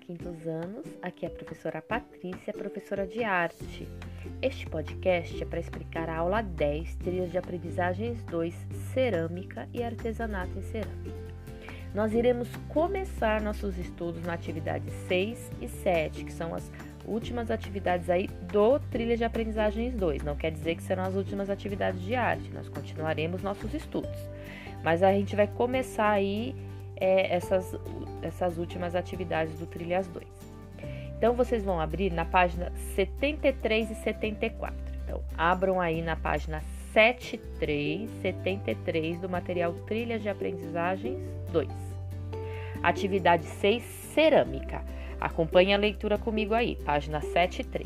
quintos anos, aqui é a professora Patrícia, professora de arte. Este podcast é para explicar a aula 10, trilhas de aprendizagens 2, cerâmica e artesanato em cerâmica. Nós iremos começar nossos estudos na atividade 6 e 7, que são as últimas atividades aí do Trilha de Aprendizagens 2. Não quer dizer que serão as últimas atividades de arte, nós continuaremos nossos estudos. Mas a gente vai começar aí essas últimas atividades do Trilhas 2. Então, vocês vão abrir na página 73 e 74. Então, abram aí na página 73 do material Trilhas de Aprendizagens 2. Atividade 6, cerâmica. Acompanhe a leitura comigo aí, página 73.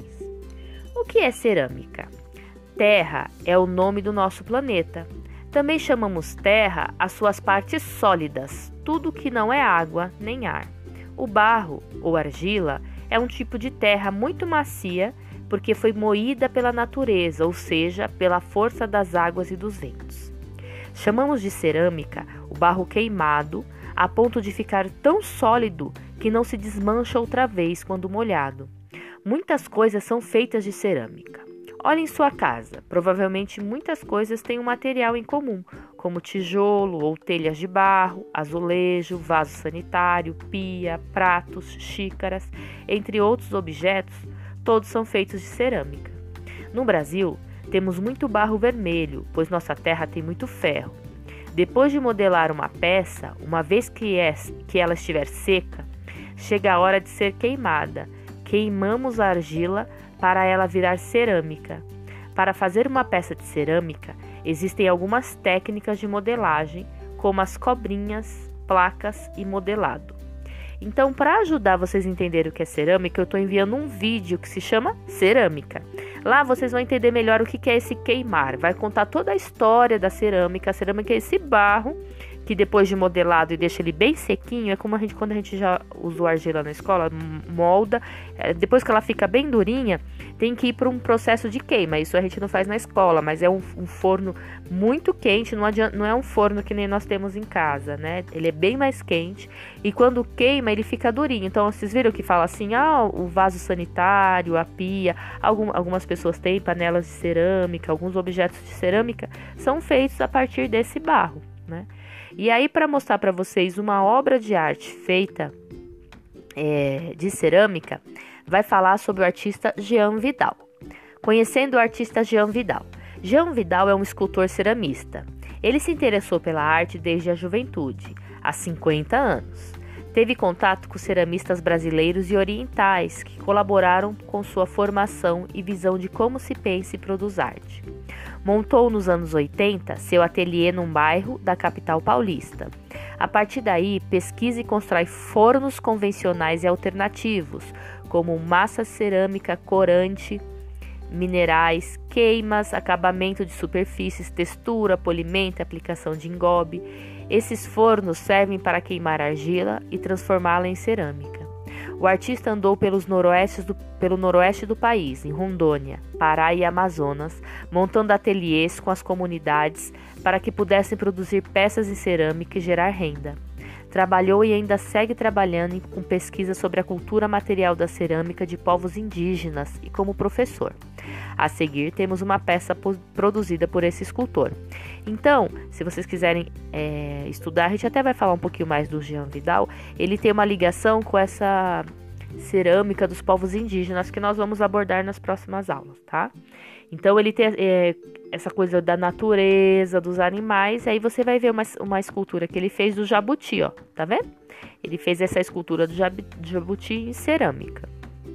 O que é cerâmica? Terra é o nome do nosso planeta. Também chamamos terra as suas partes sólidas, tudo que não é água nem ar. O barro, ou argila, é um tipo de terra muito macia porque foi moída pela natureza, ou seja, pela força das águas e dos ventos. Chamamos de cerâmica o barro queimado, a ponto de ficar tão sólido que não se desmancha outra vez quando molhado. Muitas coisas são feitas de cerâmica. Olhe em sua casa, provavelmente muitas coisas têm um material em comum, como tijolo ou telhas de barro, azulejo, vaso sanitário, pia, pratos, xícaras, entre outros objetos, todos são feitos de cerâmica. No Brasil, temos muito barro vermelho, pois nossa terra tem muito ferro. Depois de modelar uma peça, uma vez que ela estiver seca, chega a hora de ser queimada. Queimamos a argila para ela virar cerâmica. Para fazer uma peça de cerâmica, existem algumas técnicas de modelagem, como as cobrinhas, placas e modelado. Então, para ajudar vocês a entenderem o que é cerâmica, eu estou enviando um vídeo que se chama Cerâmica. Lá vocês vão entender melhor o que é esse queimar. Vai contar toda a história da cerâmica. A cerâmica é esse barro que depois de modelado e deixa ele bem sequinho, é como quando a gente já usou argila na escola, molda, depois que ela fica bem durinha, tem que ir para um processo de queima. Isso a gente não faz na escola, mas é um forno muito quente, não é um forno que nem nós temos em casa, né? Ele é bem mais quente e quando queima ele fica durinho. Então vocês viram que fala assim, o vaso sanitário, a pia, algumas pessoas têm panelas de cerâmica, alguns objetos de cerâmica são feitos a partir desse barro, né? E aí, para mostrar para vocês uma obra de arte feita de cerâmica, vai falar sobre o artista Jean Vidal. Conhecendo o artista Jean Vidal. Jean Vidal é um escultor ceramista. Ele se interessou pela arte desde a juventude, há 50 anos. Teve contato com ceramistas brasileiros e orientais que colaboraram com sua formação e visão de como se pensa e produz arte. Montou nos anos 80 seu ateliê num bairro da capital paulista. A partir daí, pesquisa e constrói fornos convencionais e alternativos, como massa cerâmica, corante, minerais, queimas, acabamento de superfícies, textura, polimento, aplicação de engobe. Esses fornos servem para queimar argila e transformá-la em cerâmica. O artista andou pelo noroeste do país, em Rondônia, Pará e Amazonas, montando ateliês com as comunidades para que pudessem produzir peças em cerâmica e gerar renda. Trabalhou e ainda segue trabalhando com pesquisa sobre a cultura material da cerâmica de povos indígenas e como professor. A seguir, temos uma peça produzida por esse escultor. Então, se vocês quiserem estudar, a gente até vai falar um pouquinho mais do Jean Vidal. Ele tem uma ligação com essa cerâmica dos povos indígenas que nós vamos abordar nas próximas aulas, tá? Então, ele tem essa coisa da natureza, dos animais. Aí você vai ver uma escultura que ele fez do jabuti, ó, tá vendo? Ele fez essa escultura do jabuti em cerâmica.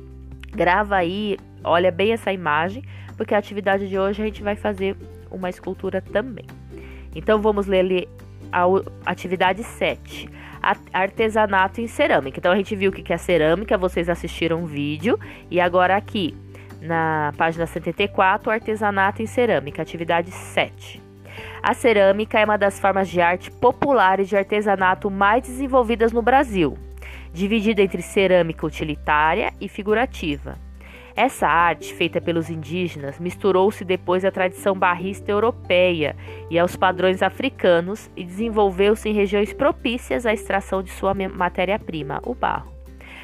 Grava aí, olha bem essa imagem, porque a atividade de hoje a gente vai fazer uma escultura também. Então, vamos ler ali a atividade 7, artesanato em cerâmica. Então, a gente viu o que é cerâmica, vocês assistiram o vídeo, e agora aqui, na página 74, artesanato em cerâmica, atividade 7. A cerâmica é uma das formas de arte populares de artesanato mais desenvolvidas no Brasil, dividida entre cerâmica utilitária e figurativa. Essa arte, feita pelos indígenas, misturou-se depois à tradição barrista europeia e aos padrões africanos e desenvolveu-se em regiões propícias à extração de sua matéria-prima, o barro.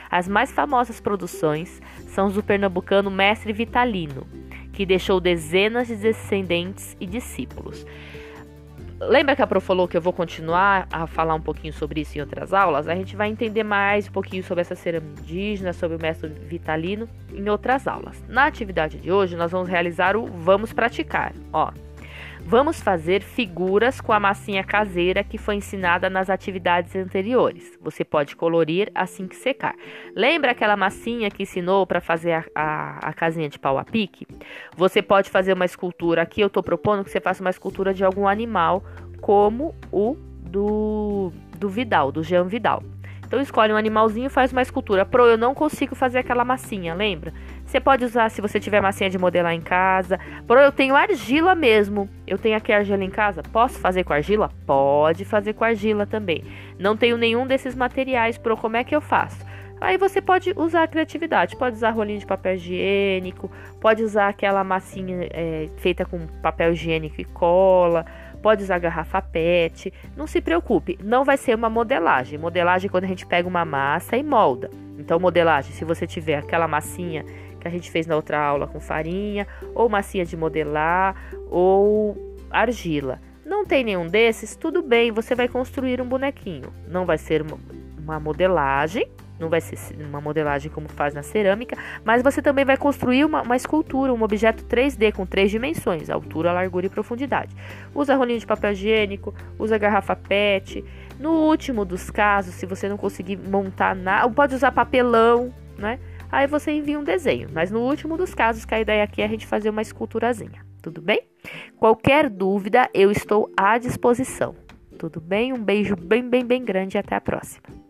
As mais famosas produções são os do pernambucano Mestre Vitalino, que deixou dezenas de descendentes e discípulos. Lembra que a Pro falou que eu vou continuar a falar um pouquinho sobre isso em outras aulas? A gente vai entender mais um pouquinho sobre essa cerâmica indígena, sobre o mestre Vitalino em outras aulas. Na atividade de hoje, nós vamos realizar o Vamos Praticar. Vamos fazer figuras com a massinha caseira que foi ensinada nas atividades anteriores. Você pode colorir assim que secar. Lembra aquela massinha que ensinou para fazer a casinha de pau a pique? Você pode fazer uma escultura. Aqui eu estou propondo que você faça uma escultura de algum animal, como o do Vidal, do Jean Vidal. Então escolhe um animalzinho e faz uma escultura. Eu não consigo fazer aquela massinha, lembra? Você pode usar se você tiver massinha de modelar em casa. Eu tenho argila mesmo. Eu tenho aqui argila em casa. Posso fazer com argila? Pode fazer com argila também. Não tenho nenhum desses materiais. Como é que eu faço? Aí você pode usar a criatividade. Pode usar rolinho de papel higiênico. Pode usar aquela massinha feita com papel higiênico e cola. Pode usar garrafa PET. Não se preocupe, não vai ser uma modelagem. Modelagem é quando a gente pega uma massa e molda. Então, modelagem, se você tiver aquela massinha que a gente fez na outra aula com farinha, ou massinha de modelar, ou argila. Não tem nenhum desses? Tudo bem, você vai construir um bonequinho. Não vai ser uma modelagem. Não vai ser uma modelagem como faz na cerâmica, mas você também vai construir uma escultura, um objeto 3D com 3 dimensões, altura, largura e profundidade. Usa rolinho de papel higiênico, usa garrafa PET. No último dos casos, se você não conseguir montar nada, pode usar papelão, né? Aí você envia um desenho, mas no último dos casos, que a ideia aqui é a gente fazer uma esculturazinha, tudo bem? Qualquer dúvida, eu estou à disposição, tudo bem? Um beijo bem grande e até a próxima.